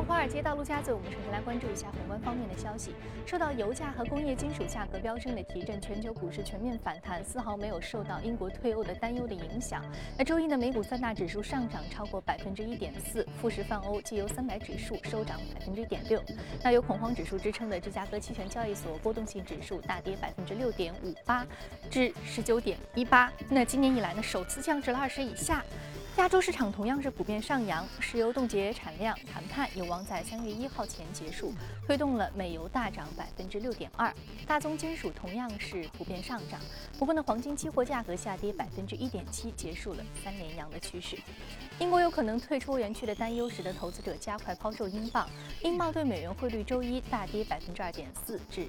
从华尔街到陆家嘴，我们首先来关注一下宏观方面的消息。受到油价和工业金属价格飙升的提振，全球股市全面反弹，丝毫没有受到英国退欧的担忧的影响。那周一呢，美股三大指数上涨超过1.4%，富时泛欧绩优300指数收涨1.6%。那有恐慌指数支撑的芝加哥期权交易所波动性指数大跌6.58%至19.18。那今年以来呢，首次降至了20以下。亚洲市场同样是普遍上扬，石油冻结产量谈判有望在3月1号前结束，推动了美油大涨6.2%。大宗金属同样是普遍上涨，不过呢，黄金期货价格下跌1.7%，结束了3连阳的趋势。英国有可能退出欧元区的担忧使得投资者加快抛售英镑，英镑对美元汇率周一大跌2.4%至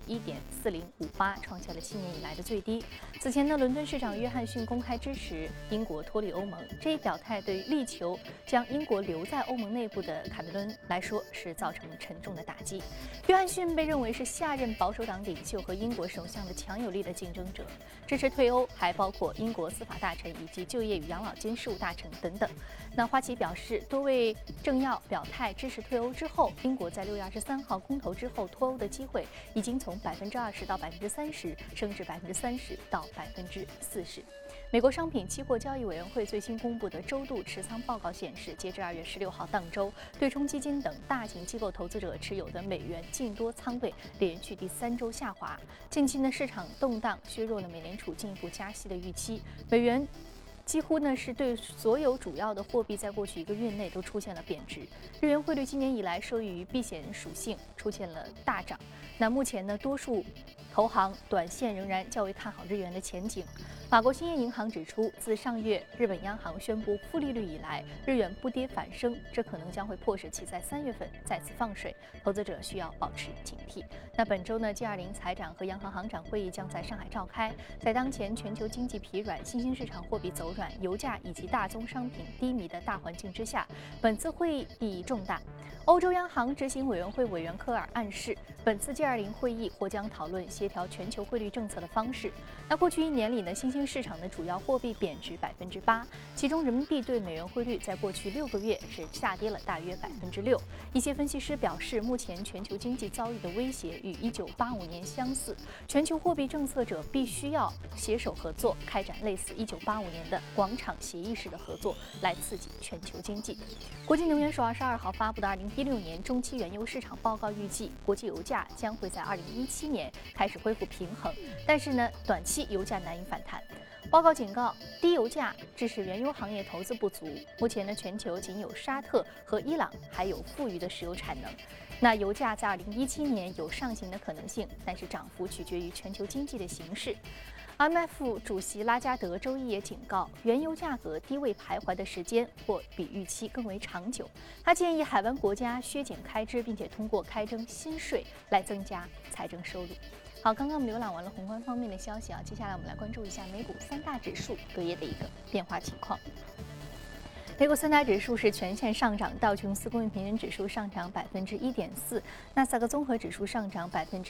1.4058，创下了7年以来的最低。此前呢，伦敦市长约翰逊公开支持英国脱离欧盟，这一表态对力求将英国留在欧盟内部的卡梅伦来说是造成沉重的打击。约翰逊被认为是下任保守党领袖和英国首相的强有力的竞争者，支持退欧还包括英国司法大臣以及就业与养老金事务大臣等等。那花旗表示，多位政要表态支持退欧之后，英国在6月23号公投之后脱欧的机会已经从20%到30%升至30%到40%。美国商品期货交易委员会最新公布的周度持仓报告显示，截至2月16号当周，对冲基金等大型机构投资者持有的美元净多仓位连续第3周下滑。近期的市场动荡削弱了美联储进一步加息的预期，美元几乎呢是对所有主要的货币在过去1个月内都出现了贬值。日元汇率今年以来受益于避险属性出现了大涨。那目前呢，多数投行短线仍然较为看好日元的前景。法国兴业银行指出，自上月日本央行宣布负利率以来，日元不跌反升，这可能将会迫使其在3月份再次放水，投资者需要保持警惕。那本周呢 ，G20 财长和央行行长会议将在上海召开。在当前全球经济疲软、新兴市场货币走软、油价以及大宗商品低迷的大环境之下，本次会议意义重大。欧洲央行执行委员会委员科尔暗示，本次 G20 会议或将讨论协调全球汇率政策的方式。那过去1年里呢，新兴市场的主要货币贬值8%，其中人民币对美元汇率在过去6个月是下跌了大约6%。一些分析师表示，目前全球经济遭遇的威胁与1985年相似，全球货币政策者必须要携手合作，开展类似1985年的广场协议式的合作，来刺激全球经济。国际能源署22号发布的2016年中期原油市场报告预计，国际油价将会在2017年开始恢复平衡，但是呢，短期油价难以反弹。报告警告，低油价致使原油行业投资不足。目前呢，全球仅有沙特和伊朗还有富余的石油产能。那油价在2017年有上行的可能性，但是涨幅取决于全球经济的形势。IMF 主席拉加德周一也警告，原油价格低位徘徊的时间或比预期更为长久。他建议海湾国家削减开支，并且通过开征新税来增加财政收入。好，刚刚我们浏览完了宏观方面的消息啊，接下来我们来关注一下美股三大指数隔夜的一个变化情况。美股三大指数是全线上涨，道琼斯工业平均指数上涨1.4%，纳斯达克综合指数上涨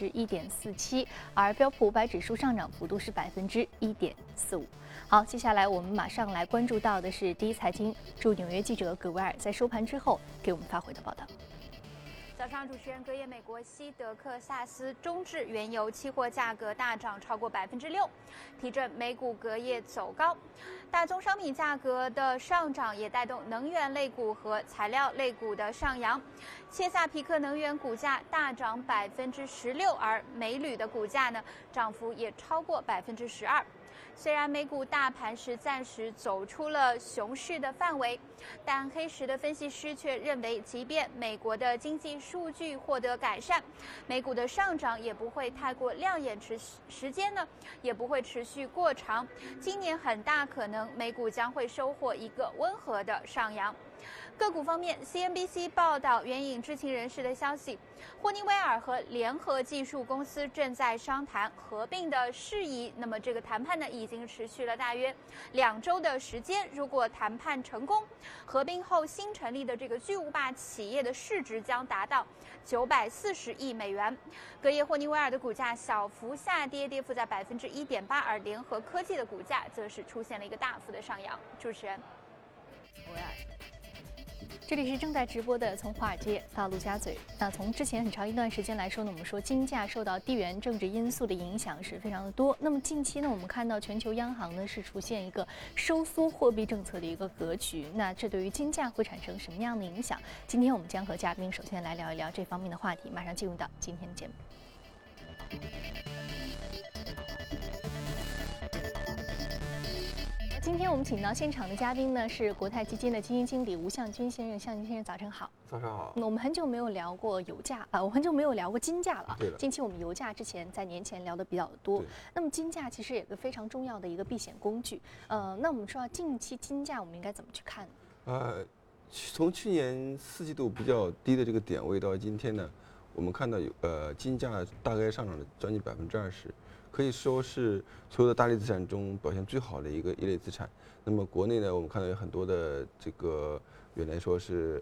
1.47%，而标普500指数上涨幅度是1.45%。好，接下来我们马上来关注到的是第一财经驻纽约记者葛维尔在收盘之后给我们发回的报道。 早上，主持人，隔夜美国西德克萨斯中质原油期货价格大涨超过6%，提振美股隔夜走高。大宗商品价格的上涨也带动能源类股和材料类股的上扬。切萨皮克能源股价大涨16%，而美铝的股价呢，涨幅也超过12%。虽然美股大盘是暂时走出了熊市的范围，但黑石的分析师却认为，即便美国的经济数据获得改善，美股的上涨也不会太过亮眼，时间呢也不会持续过长。今年很大可能美股将会收获一个温和的上扬。个股方面 ，CNBC 报道援引知情人士的消息，霍尼韦尔和联合技术公司正在商谈合并的事宜。那么这个谈判呢，已经持续了大约2周的时间。如果谈判成功，合并后新成立的这个巨无霸企业的市值将达到940亿美元。隔夜霍尼韦尔的股价小幅下跌，跌幅在1.8%，而联合科技的股价则是出现了一个大幅的上扬。主持人。 这里是正在直播的，从华尔街到陆家嘴。那从之前很长一段时间来说呢，我们说金价受到地缘政治因素的影响是非常的多。那么近期呢，我们看到全球央行呢是出现一个收缩货币政策的一个格局。那这对于金价会产生什么样的影响？今天我们将和嘉宾首先来聊一聊这方面的话题。马上进入到今天的节目。今天我们请到现场的嘉宾呢是国泰基金的基金经理吴向军先生。向军先生，早晨好。 早上好。 我们很久没有聊过油价我很久没有聊过金价了。 对的。 近期我们油价之前在年前聊的比较多。那么金价其实也是个非常重要的一个避险工具。那我们说到近期金价，我们应该怎么去看呢？ 从去年4季度比较低的这个点位到今天呢，我们看到金价大概上涨了将近20%。可以说是所有的大类资产中表现最好的一类资产。那么国内呢，我们看到有很多的这个原来说是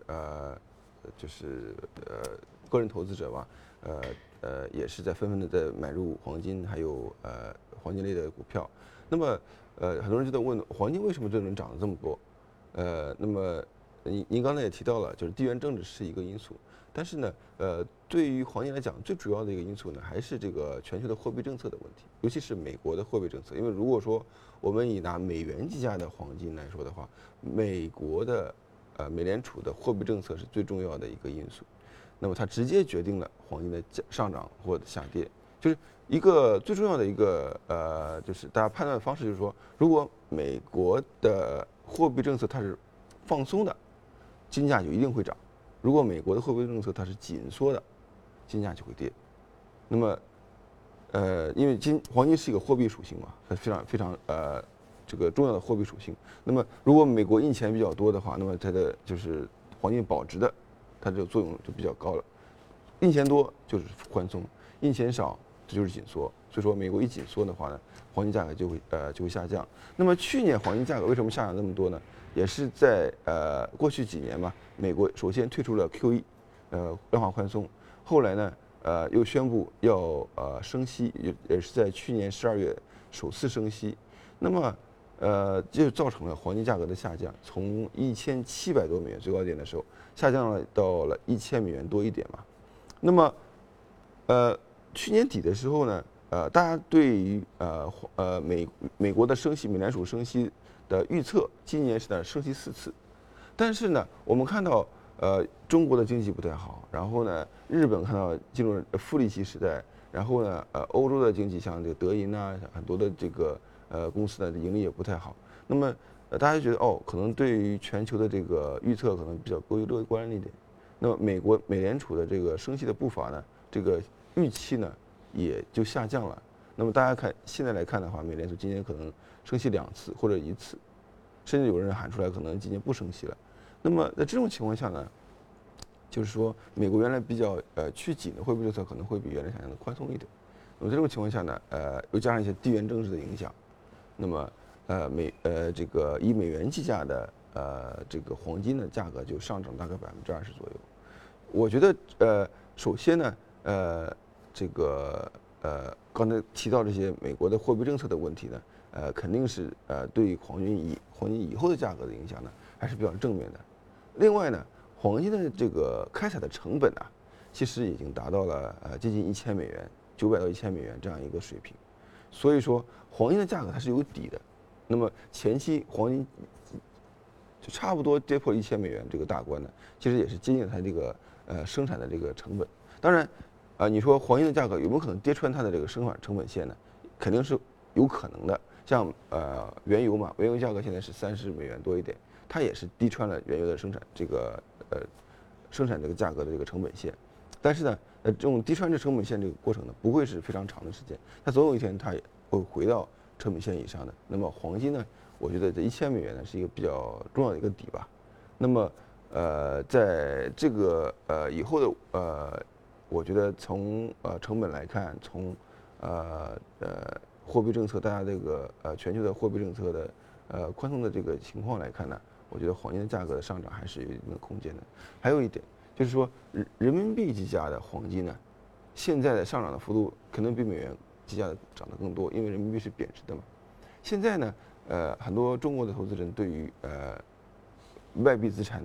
个人投资者吧，也是在纷纷的在买入黄金，还有黄金类的股票。那么很多人就在问，黄金为什么这轮涨了这么多？那么您刚才也提到了，就是地缘政治是一个因素。但是呢，对于黄金来讲，最主要的一个因素呢，还是这个全球的货币政策的问题，尤其是美国的货币政策。因为如果说我们以拿美元计价的黄金来说的话，美国的美联储的货币政策是最重要的一个因素，那么它直接决定了黄金的上涨或者下跌。就是一个最重要的一个就是大家判断的方式，就是说，如果美国的货币政策它是放松的，金价就一定会涨。如果美国的货币政策它是紧缩的，金价就会跌。那么，因为黄金是一个货币属性嘛，它非常这个重要的货币属性。那么，如果美国印钱比较多的话，那么它的就是黄金保值的，它这个作用就比较高了。印钱多就是宽松，印钱少这就是紧缩。所以说，美国一紧缩的话呢，黄金价格就会下降。那么去年黄金价格为什么下降那么多呢？也是在过去几年嘛，美国首先退出了 QE，量化宽松，后来呢又宣布要升息，也是在去年12月首次升息，那么就造成了黄金价格的下降，从1700多美元最高点的时候下降了到了1000美元多一点嘛。那么去年底的时候呢，大家对于美国的升息，美联储升息的预测，今年是呢升息4次，但是呢，我们看到中国的经济不太好，然后呢，日本看到进入负利息时代，然后呢，欧洲的经济像这个德银啊，很多的这个公司的盈利也不太好，那么大家觉得可能对于全球的这个预测可能比较过于乐观了一点，那么美联储的这个升息的步伐呢，这个预期呢也就下降了。那么大家看现在来看的话，美联储今年可能升息2次或者1次，甚至有人喊出来可能今年不升息了。那么在这种情况下呢，就是说美国原来比较趋紧的货币政策可能会比原来想象的宽松一点。那么这种情况下呢，又加上一些地缘政治的影响，那么这个以美元计价的这个黄金的价格就上涨大概20%左右。我觉得首先呢这个刚才提到这些美国的货币政策的问题呢，肯定是对黄金以后的价格的影响呢还是比较正面的。另外呢，黄金的这个开采的成本啊，其实已经达到了接近1000美元，900到1000美元这样一个水平。所以说，黄金的价格它是有底的。那么前期黄金就差不多跌破1000美元这个大关呢，其实也是接近它这个生产的这个成本。当然，你说黄金的价格有没有可能跌穿它的这个生产成本线呢？肯定是有可能的。像原油嘛，原油价格现在是30美元多一点，它也是低穿了原油的生产这个生产这个价格的这个成本线。但是呢，这种低穿这成本线这个过程呢，不会是非常长的时间，它总有一天它也会回到成本线以上的。那么黄金呢，我觉得这1000美元呢是一个比较重要的一个底吧。那么在这个以后的我觉得从成本来看，从货币政策，大家这个全球的货币政策的宽松的这个情况来看呢，我觉得黄金的价格的上涨还是有一定的空间的。还有一点就是说，人民币计价的黄金呢，现在的上涨的幅度可能比美元计价的涨得更多，因为人民币是贬值的嘛。现在呢，很多中国的投资人对于外币资产的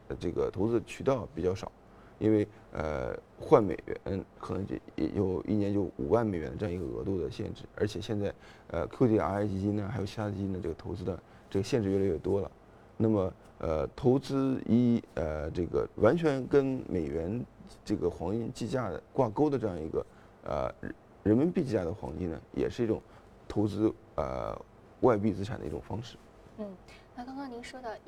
这个投资渠道比较少，因为换美元可能也有一年就5万美元的这样一个额度的限制，而且现在QDII 基金呢，还有其他基金的这个投资的这个限制越来越多了。那么投资这个完全跟美元这个黄金计价的挂钩的这样一个人民币计价的黄金呢，也是一种投资外币资产的一种方式。 那刚刚您说到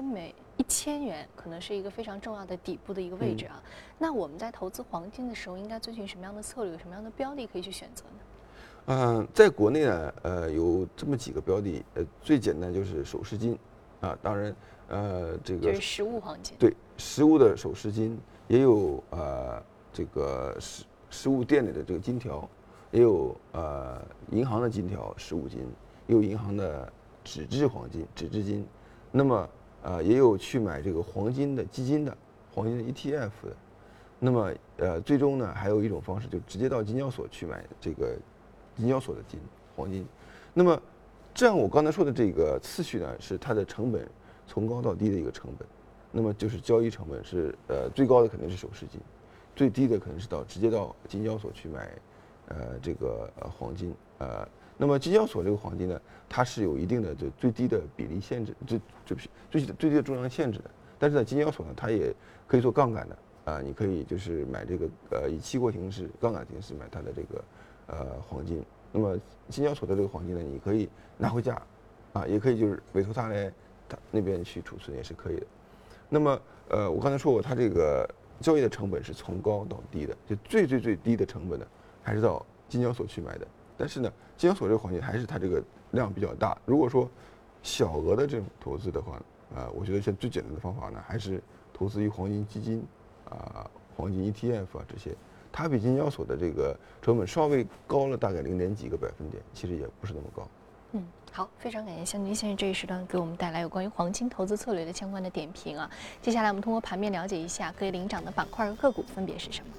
1000元可能是一个非常重要的底部的一个位置啊。那我们在投资黄金的时候，应该遵循什么样的策略？有什么样的标的可以去选择呢？ 在国内呢，有这么几个标的，最简单就是首饰金，当然，这个就是实物黄金。 对，实物的首饰金，也有这个实物店里的这个金条，也有银行的金条实物金，也有银行的纸质黄金、纸质金，那么也有去买这个黄金的基金的、黄金的 ETF 的，那么最终呢，还有一种方式，就直接到金交所去买这个金交所的黄金。那么这样我刚才说的这个次序呢，是它的成本从高到低的一个成本。那么就是交易成本是最高的肯定是首饰金，最低的可能是直接到金交所去买这个黄金。那么金交所这个黄金呢，它是有一定的最低的比例限制，最低的重量限制的。但是呢，金交所呢，它也可以做杠杆的你可以就是买这个以期货形式、杠杆形式买它的这个黄金。那么金交所的这个黄金呢，你可以拿回家也可以就是委托他来他那边去储存也是可以的。那么我刚才说过，它这个交易的成本是从高到低的，就最低的成本呢，还是到金交所去买的。但是呢，金交所这个黄金还是它这个量比较大。如果说小额的这种投资的话，我觉得现在最简单的方法呢，还是投资于黄金基金黄金 ETF 这些，它比金交所的这个成本稍微高了大概0.几个百分点，其实也不是那么高。 好，非常感谢向军先生这一时段给我们带来有关于黄金投资策略的相关的点评啊。接下来我们通过盘面了解一下可以领涨的板块和个股分别是什么。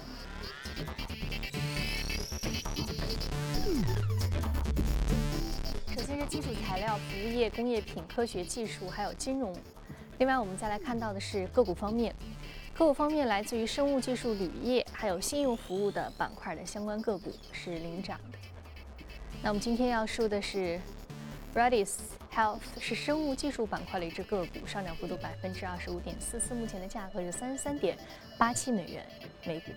首先是基础材料、服务业、工业品、科学技术，还有金融。另外，我们再来看到的是个股方面。个股方面，来自于生物技术、铝业，还有信用服务的板块的相关个股是领涨的。那我们今天要说的是 Redis Health， 是生物技术板块的一只个股，上涨幅度25.44%，目前的价格是33.87美元每股。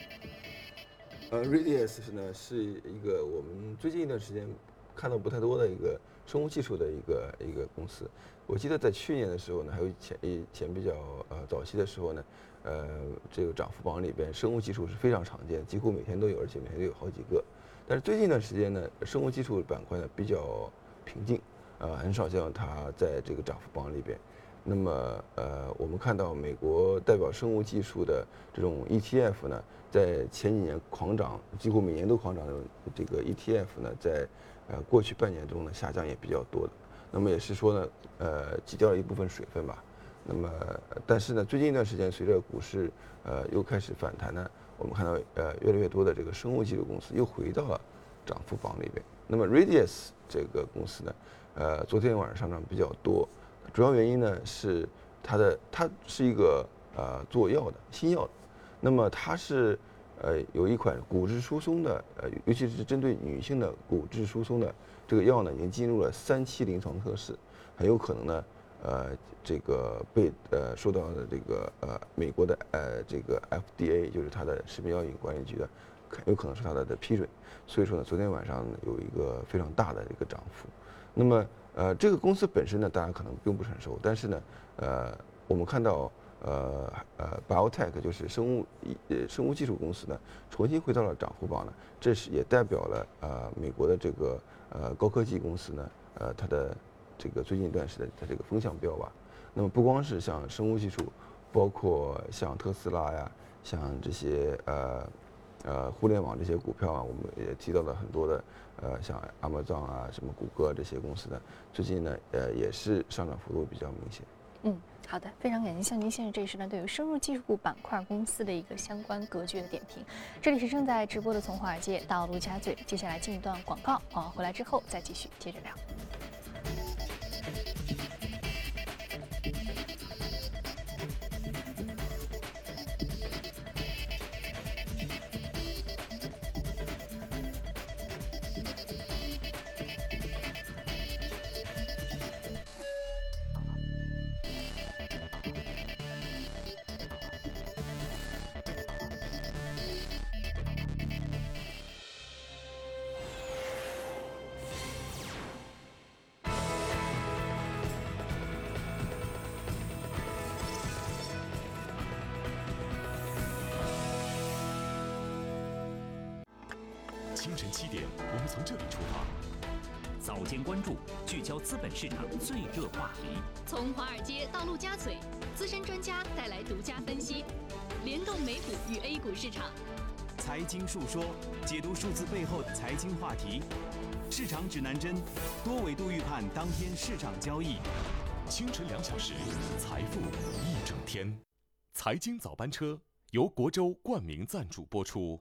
Redis 呢是一个我们最近一段时间看到不太多的一个生物技术的一个公司。我记得在去年的时候呢，还有前比较早期的时候呢，这个涨幅榜里边生物技术是非常常见，几乎每天都有，而且每天都有好几个。但是最近一段时间呢，生物技术板块呢比较平静，很少见到它在这个涨幅榜里边。那么我们看到美国代表生物技术的这种 ETF 呢，在前几年狂涨，几乎每年都狂涨的这个 ETF 呢，在过去半年中呢下降也比较多的。那么也是说呢，挤掉了一部分水分吧。那么但是呢，最近一段时间随着股市又开始反弹呢，我们看到越来越多的这个生物技术公司又回到了涨幅榜里边。那么 Redis 这个公司呢，昨天晚上上涨比较多，主要原因呢是它是一个做药的新药的，那么它是有一款骨质疏松的尤其是针对女性的骨质疏松的这个药呢，已经进入了3期临床测试，很有可能呢这个被受到的这个美国的这个 FDA 就是它的食品药品管理局的有可能是它的批准，所以说呢，昨天晚上有一个非常大的一个涨幅。那么这个公司本身呢，大家可能并不是很熟，但是呢，我们看到Biotech 就是生物技术公司呢，重新回到了涨幅榜呢，这是也代表了美国的这个高科技公司呢，它的这个最近一段时间它这个风向标吧。那么不光是像生物技术，包括像特斯拉呀，像这些互联网这些股票啊，我们也提到了很多的像Amazon啊、什么谷歌这些公司呢，最近呢也是上涨幅度比较明显。 好的，非常感谢向军先生这一时段对于生物技术板块公司的一个相关格局的点评。这里是正在直播的从华尔街到陆家嘴，接下来进一段广告，回来之后再继续接着聊。 清晨7点，我们从这里出发。 早间关注，聚焦资本市场最热话题。 从华尔街到陆家嘴，资深专家带来独家分析，联动美股与 A 股市场。 财经述说，解读数字背后的财经话题。市场指南针，多维度预判当天市场交易。 清晨2小时，财富一整天。财经早班车由国州冠名赞助播出。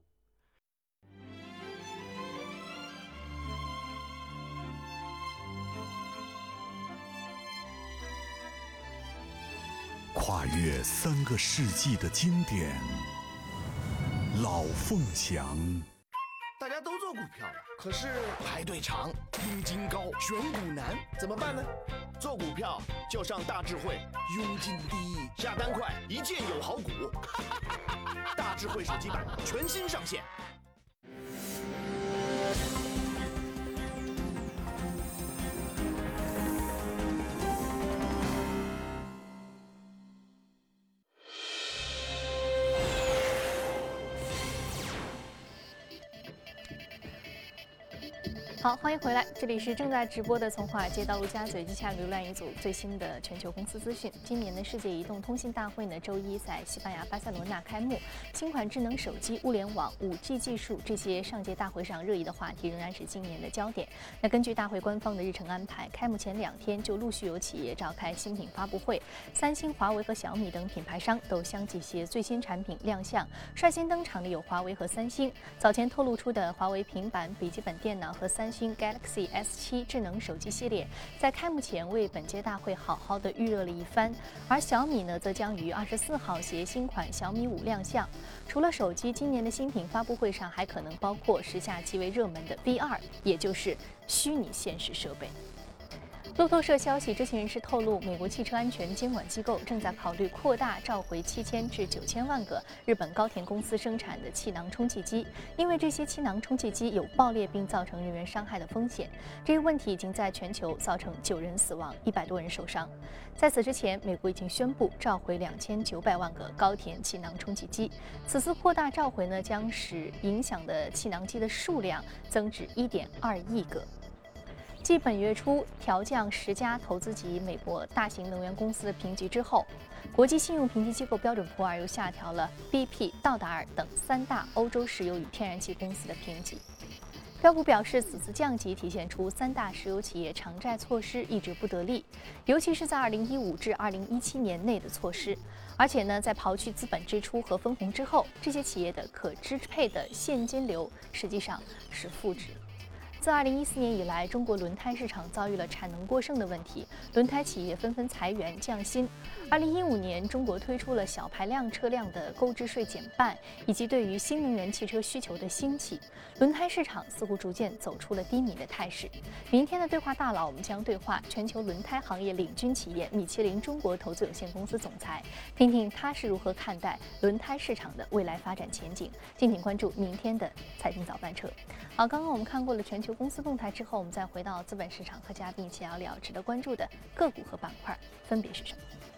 跨越3个世纪的经典，老凤祥。 大家都做股票了，可是排队长、佣金高、选股难，怎么办呢？做股票就上大智慧，佣金低，下单快，一键有好股。大智慧手机版全新上线。 好，欢迎回来，这里是正在直播的从华尔街到陆家嘴，接下来浏览一组最新的全球公司资讯。今年的世界移动通信大会呢，周一在西班牙巴塞罗那开幕。新款智能手机、物联网、5G 技术这些上届大会上热议的话题，仍然是今年的焦点。那根据大会官方的日程安排，开幕前2天就陆续有企业召开新品发布会，三星、华为和小米等品牌商都相继携最新产品亮相。率先登场的有华为和三星，早前透露出的华为平板、笔记本电脑和三星 Galaxy S7 智能手机系列，在开幕前为本届大会好好的预热了一番。而小米呢，则将于24号携新款小米5亮相。除了手机，今年的新品发布会上还可能包括时下极为热门的 VR， 也就是虚拟现实设备。路透社消息，知情人士透露，美国汽车安全监管机构正在考虑扩大召回7000至9000万个日本高田公司生产的气囊充气机，因为这些气囊充气机有爆裂并造成人员伤害的风险。这一问题已经在全球造成9人死亡，100多人受伤。在此之前，美国已经宣布召回2900万个高田气囊充气机。此次扩大召回呢，将使影响的气囊机的数量增至1.2亿个。继本月初调降10家投资级美国大型能源公司的评级之后，国际信用评级机构标准普尔又下调了 BP、道达尔等3大欧洲石油与天然气公司的评级。标普表示，此次降级体现出3大石油企业偿债措施一直不得力，尤其是在2015至2017年内的措施。而且呢，在刨去资本支出和分红之后，这些企业的可支配的现金流实际上是负值。自2014年以来，中国轮胎市场遭遇了产能过剩的问题，轮胎企业纷纷裁员降薪。2015年，中国推出了小排量车辆的购置税减半，以及对于新能源汽车需求的兴起，轮胎市场似乎逐渐走出了低迷的态势。明天的对话大佬，我们将对话全球轮胎行业领军企业米其林中国投资有限公司总裁，听听他是如何看待轮胎市场的未来发展前景。敬请关注明天的财经早班车。好，刚刚我们看过了全球公司动态之后，我们再回到资本市场，和嘉宾一起聊聊值得关注的个股和板块分别是什么。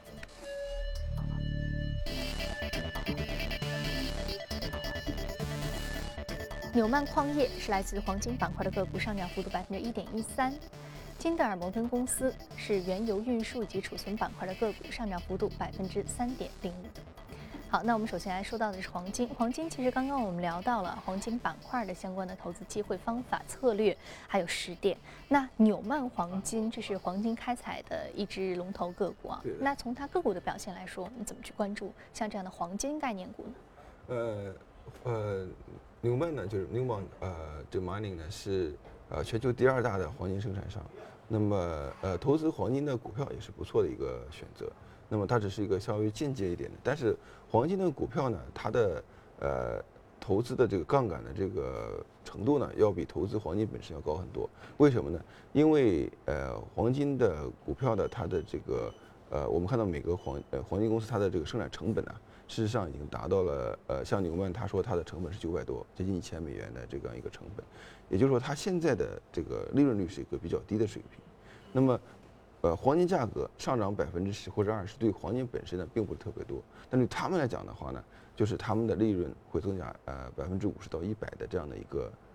纽曼矿业是来自黄金板块的个股，上涨幅度1.13%。金德尔摩根公司是原油运输以及储存板块的个股，上涨幅度3.05%。好，那我们首先来说到的是黄金。黄金其实刚刚我们聊到了黄金板块的相关的投资机会、方法、策略，还有时点。那纽曼黄金这是黄金开采的一只龙头个股啊。那从它个股的表现来说，你怎么去关注像这样的黄金概念股呢？ 纽曼呢，就是纽曼这个 Mining 呢是全球第2大的黄金生产商。那么投资黄金的股票也是不错的一个选择。那么它只是一个稍微间接一点的，但是黄金的股票呢，它的投资的这个杠杆的这个程度呢，要比投资黄金本身要高很多。为什么呢？因为黄金的股票的它的这个我们看到每个黄金公司它的这个生产成本呢，事实上已经达到了像纽曼他说它的成本是900多，接近1000美元的这样一个成本，也就是说它现在的这个利润率是一个比较低的水平。那么黄金价格上涨10%或者20%，对黄金本身呢并不是特别多，但对他们来讲的话呢，就是他们的利润会增加50%到100%的这样的一个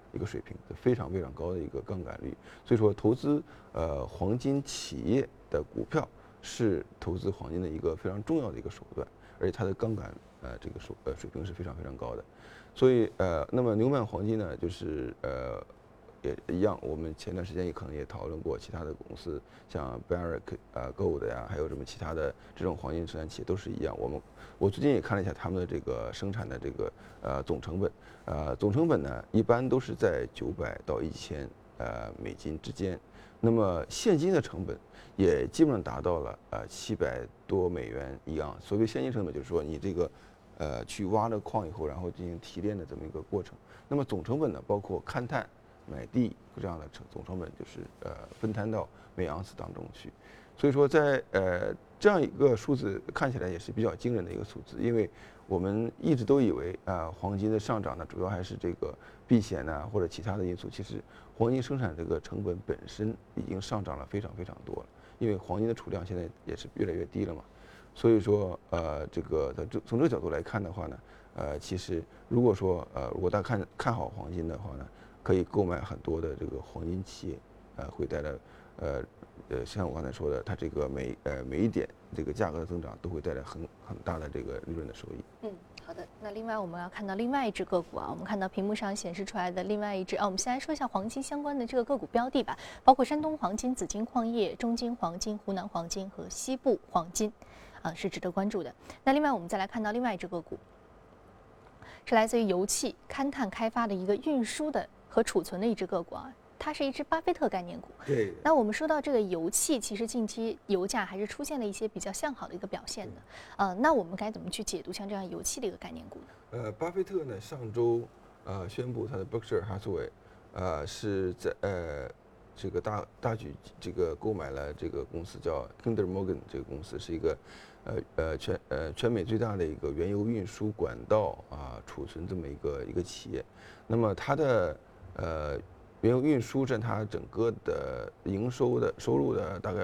一个水平，非常非常高的一个杠杆率。所以说，投资黄金企业的股票是投资黄金的一个非常重要的一个手段，而且它的杠杆这个水平是非常非常高的。所以那么纽曼黄金呢，就是也一样，我们前段时间也可能也讨论过其他的公司，像 Barrick Gold 呀，还有什么其他的这种黄金生产企业都是一样。我最近也看了一下他们的这个生产的这个总成本，总成本呢一般都是在900到1000美金之间，那么现金的成本也基本上达到了700多美元一样。所谓现金成本就是说你这个去挖了矿以后，然后进行提炼的这么一个过程。那么总成本呢，包括勘探、买地这样的总成本，就是分摊到每盎司当中去。所以说在这样一个数字看起来也是比较惊人的一个数字，因为我们一直都以为黄金的上涨呢，主要还是这个避险或者其他的因素。其实黄金生产这个成本本身已经上涨了非常非常多了，因为黄金的储量现在也是越来越低了嘛。所以说这个从这个角度来看的话呢，其实如果说如果大家看好黄金的话呢，可以购买很多的这个黄金企业，会带来像我刚才说的，它这个每一点这个价格的增长都会带来很大的这个利润的收益。 好的。那另外我们要看到另外一只个股我们看到屏幕上显示出来的另外一只我们先来说一下黄金相关的这个个股标的吧，包括山东黄金、紫金矿业、中金黄金、湖南黄金和西部黄金，是值得关注的。那另外我们再来看到另外一只个股，是来自于油气勘探开发的一个运输的和储存的一只个股它是一只巴菲特概念股。 对。 那我们说到这个油气，其实近期油价还是出现了一些比较向好的一个表现的。那我们该怎么去解读像这样油气的一个概念股呢？巴菲特呢上周宣布他的 Berkshire Hathaway是在这个大举这个购买了这个公司叫 Kinder Morgan 这个公司是一个全美最大的一个原油运输管道储存这么一个企业。那么它的原油运输占它整个的营收的收入的大概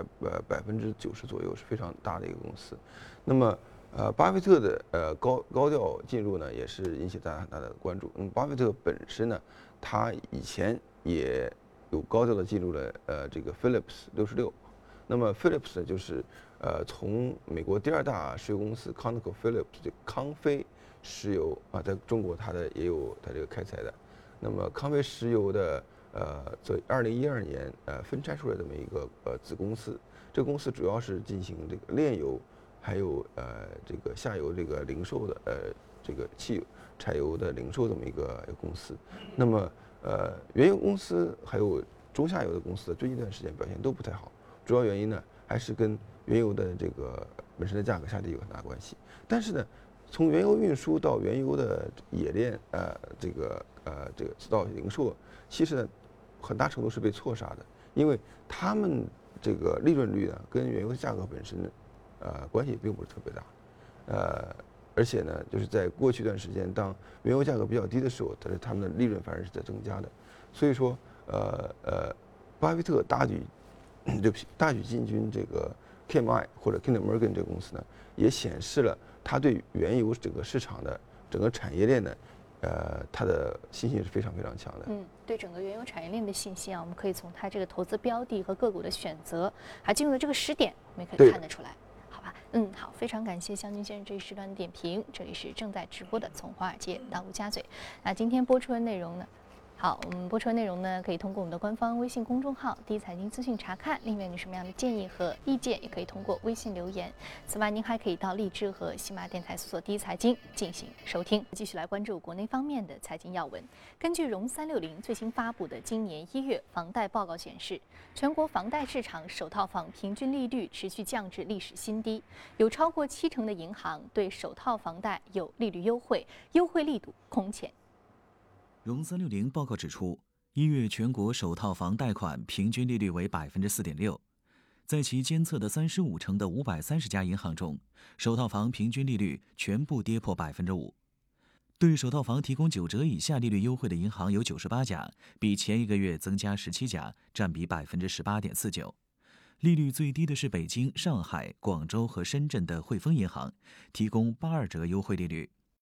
90%左右，是非常大的一个公司。那么巴菲特的高调进入呢，也是引起大家很大的关注。巴菲特本身呢，他以前也有高调的进入了这个 Phillips 66。那么 Phillips 呢，就是从美国第2大石油公司 ConocoPhillips 这康菲石油在中国它也有它这个开采的。那么康菲石油的在2012年分拆出来这么一个子公司，这个公司主要是进行这个炼油，还有这个下游这个零售的这个柴油的零售这么一个公司。那么原油公司还有中下游的公司最近一段时间表现都不太好，主要原因呢还是跟原油的这个本身的价格下跌有很大关系。但是呢，从原油运输到原油的冶炼这个到零售，其实呢很大程度是被错杀的，因为他们这个利润率呢跟原油的价格本身关系并不是特别大，而且呢就是在过去一段时间，当原油价格比较低的时候，他们的利润反而是在增加的。所以说巴菲特大举进军这个 KMI 或者 Kinder Morgan 这个公司呢，也显示了他对原油整个市场的整个产业链呢它的信心是非常非常强的。 对整个原油产业链的信心我们可以从它这个投资标的和个股的选择，还进入的这个时点，我们也可以看得出来，好吧？好，非常感谢湘军先生这一时段的点评。这里是正在直播的从华尔街到陆家嘴。那今天播出的内容呢？好，我们播出的内容呢，可以通过我们的官方微信公众号第一财经资讯查看。另外，有什么样的建议和意见，也可以通过微信留言。此外，您还可以到荔枝和喜马电台搜索第一财经进行收听。继续来关注国内方面的财经要闻。根据融360最新发布的今年1月房贷报告显示，全国房贷市场首套房平均利率持续降至历史新低，有超过70%的银行对首套房贷有利率优惠，优惠力度空前。 融360报告指出，1月全国首套房贷款平均利率为 4.6%， 在其监测的35成的530家银行中，首套房平均利率全部跌破 5%。 对首套房提供9折以下利率优惠的银行有98家，比前一个月增加17家，占比 18.49%。 利率最低的是北京、上海、广州和深圳的汇丰银行，提供82折优惠利率。